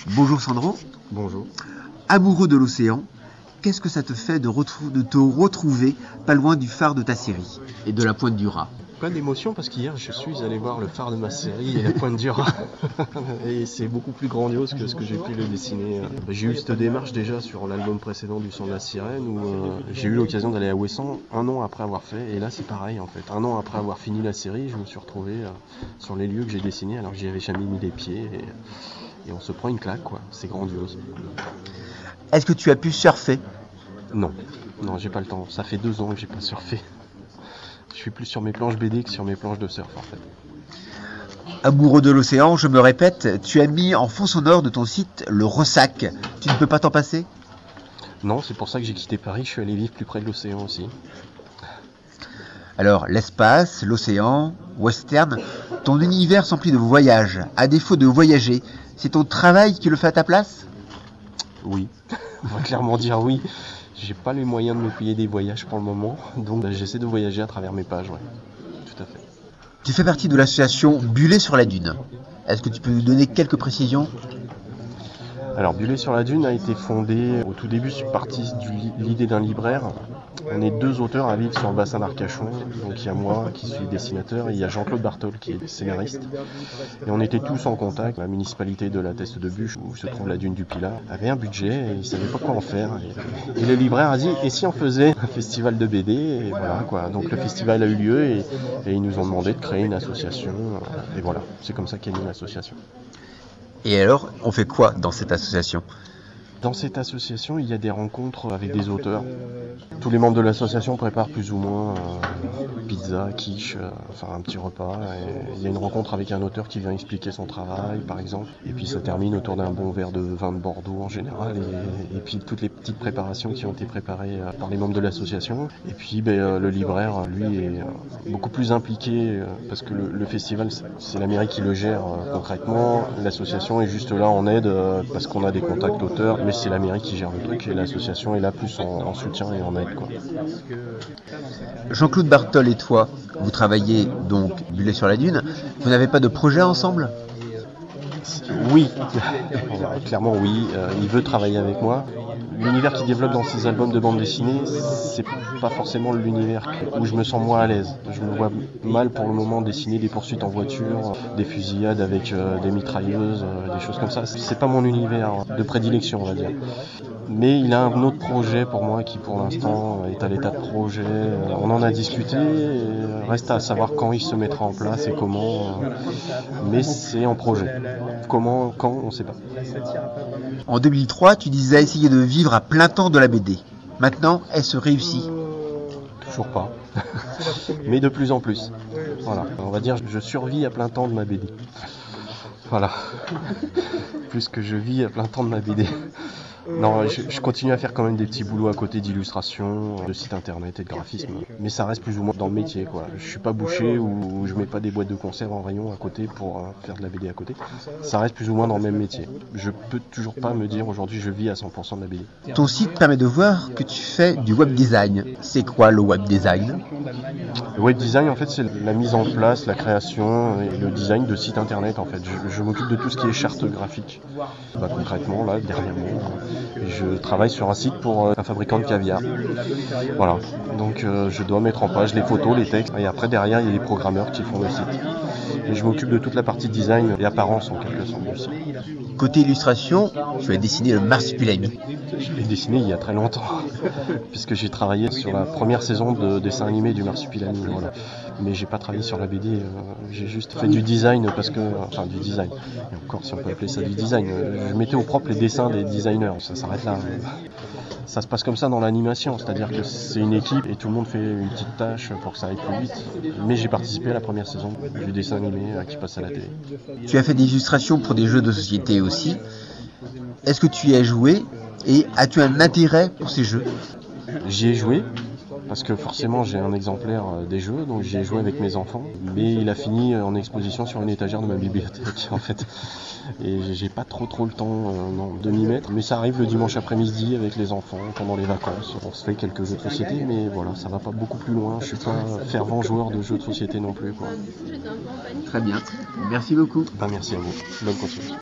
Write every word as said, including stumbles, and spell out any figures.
Bonjour Sandro. Bonjour. Amoureux de l'océan, qu'est-ce que ça te fait de, retrou- de te retrouver pas loin du phare de ta série et de la Pointe du Raz? Plein d'émotions parce qu'hier je suis allé voir le phare de ma série et la Pointe du Raz. Et c'est beaucoup plus grandiose que ce que j'ai pu le dessiner. J'ai eu cette démarche déjà sur l'album précédent du Son de la Sirène où euh, j'ai eu l'occasion d'aller à Ouessant un an après avoir fait. Et là c'est pareil en fait. Un an après avoir fini la série, je me suis retrouvé euh, sur les lieux que j'ai dessinés alors que j'y avais jamais mis les pieds. Et, et on se prend une claque quoi. C'est grandiose. Est-ce que tu as pu surfer? Non, non j'ai pas le temps. Ça fait deux ans que j'ai pas surfé. Je suis plus sur mes planches B D que sur mes planches de surf en fait. Amoureux de l'océan, je me répète, tu as mis en fond sonore de ton site le Ressac. Tu ne peux pas t'en passer? Non, c'est pour ça que j'ai quitté Paris, je suis allé vivre plus près de l'océan aussi. Alors, l'espace, l'océan, western, ton univers s'emplit de voyages. À défaut de voyager, c'est ton travail qui le fait à ta place? Oui, on va clairement dire oui. J'ai pas les moyens de me payer des voyages pour le moment, donc bah, j'essaie de voyager à travers mes pages, ouais. Tout à fait. Tu fais partie de l'association Buller sur la Dune. Est-ce que tu peux nous donner quelques précisions? Alors, Buller sur la Dune a été fondé au tout début, je suis parti de l'idée d'un libraire. On est deux auteurs à vivre sur le bassin d'Arcachon. Donc il y a moi qui suis dessinateur et il y a Jean-Claude Bartol qui est scénariste. Et on était tous en contact. La municipalité de la Teste de Buch, où se trouve la dune du Pilat, avait un budget et ils ne savaient pas quoi en faire. Et, et le libraire a dit, et si on faisait un festival de B D? Et voilà quoi. Donc le festival a eu lieu et, et ils nous ont demandé de créer une association. Et voilà, c'est comme ça qu'est née l'association. Et alors, on fait quoi dans cette association? Dans cette association, il y a des rencontres avec des auteurs. Tous les membres de l'association préparent plus ou moins euh, pizza, quiche, euh, enfin un petit repas. Et il y a une rencontre avec un auteur qui vient expliquer son travail, par exemple. Et puis ça termine autour d'un bon verre de vin de Bordeaux en général. Et, et puis toutes les petites préparations qui ont été préparées euh, par les membres de l'association. Et puis ben, euh, le libraire, lui, est euh, beaucoup plus impliqué euh, parce que le, le festival, c'est, c'est la mairie qui le gère euh, concrètement. L'association est juste là en aide euh, parce qu'on a des contacts d'auteurs. Mais c'est la mairie qui gère le truc et l'association est là plus en, en soutien et en aide quoi. Jean-Claude Bartol et toi, vous travaillez donc Buller sur la Dune. Vous n'avez pas de projet ensemble? Oui, clairement oui. Euh, il veut travailler avec moi. L'univers qu'il développe dans ses albums de bande dessinée, c'est pas forcément l'univers où je me sens moi à l'aise. Je me vois mal pour le moment dessiner des poursuites en voiture, des fusillades avec euh, des mitrailleuses, euh, des choses comme ça. C'est pas mon univers de prédilection, on va dire. Mais il a un autre projet pour moi qui pour l'instant est à l'état de projet. On en a discuté, et reste à savoir quand il se mettra en place et comment. Mais c'est en projet. Comment, quand, on ne sait pas. En deux mille trois, tu disais essayer de vivre à plein temps de la B D. Maintenant, est-ce réussi? Toujours pas. Mais de plus en plus. Voilà. On va dire je survis à plein temps de ma B D. Voilà. Plus que je vis à plein temps de ma B D. Non, je, je continue à faire quand même des petits boulots à côté d'illustration, de site internet et de graphisme. Mais ça reste plus ou moins dans le métier, quoi. Je suis pas boucher ou je mets pas des boîtes de conserve en rayon à côté pour euh, faire de la B D à côté. Ça reste plus ou moins dans le même métier. Je peux toujours pas me dire aujourd'hui je vis à cent pour cent de la B D. Ton site permet de voir que tu fais du web design. C'est quoi le web design? Le web design, en fait, c'est la mise en place, la création et le design de sites internet, en fait. Je, je m'occupe de tout ce qui est charte graphique. Bah, concrètement, là, dernièrement, je travaille sur un site pour un fabricant de caviar. Voilà. Donc, euh, je dois mettre en page les photos, les textes. Et après, derrière, il y a les programmeurs qui font le site. Et je m'occupe de toute la partie design et apparence, en quelque sorte, du site. Côté illustration, tu as dessiné le marsupilami. Je l'ai dessiné il y a très longtemps, puisque j'ai travaillé sur la première saison de dessin animé du Marsupilami, voilà. Mais j'ai pas travaillé sur la B D, euh, j'ai juste fait du design parce que, enfin du design. Et encore si on peut appeler ça du design, je mettais au propre les dessins des designers, ça s'arrête là. Ça se passe comme ça dans l'animation, c'est-à-dire que c'est une équipe et tout le monde fait une petite tâche pour que ça aille plus vite. Mais j'ai participé à la première saison du dessin animé qui passe à la télé. Tu as fait des illustrations pour des jeux de société aussi. Est-ce que tu y as joué et as-tu un intérêt pour ces jeux? J'y ai joué, parce que forcément j'ai un exemplaire des jeux, donc j'y ai joué avec mes enfants, mais il a fini en exposition sur une étagère de ma bibliothèque en fait. Et j'ai pas trop trop le temps euh, non, de m'y mettre, mais ça arrive le dimanche après-midi avec les enfants, pendant les vacances. On se fait quelques jeux de société, mais voilà, ça va pas beaucoup plus loin, je suis pas fervent joueur de jeux de société non plus, quoi. Très bien, merci beaucoup. Ben, merci à vous, bonne continuation.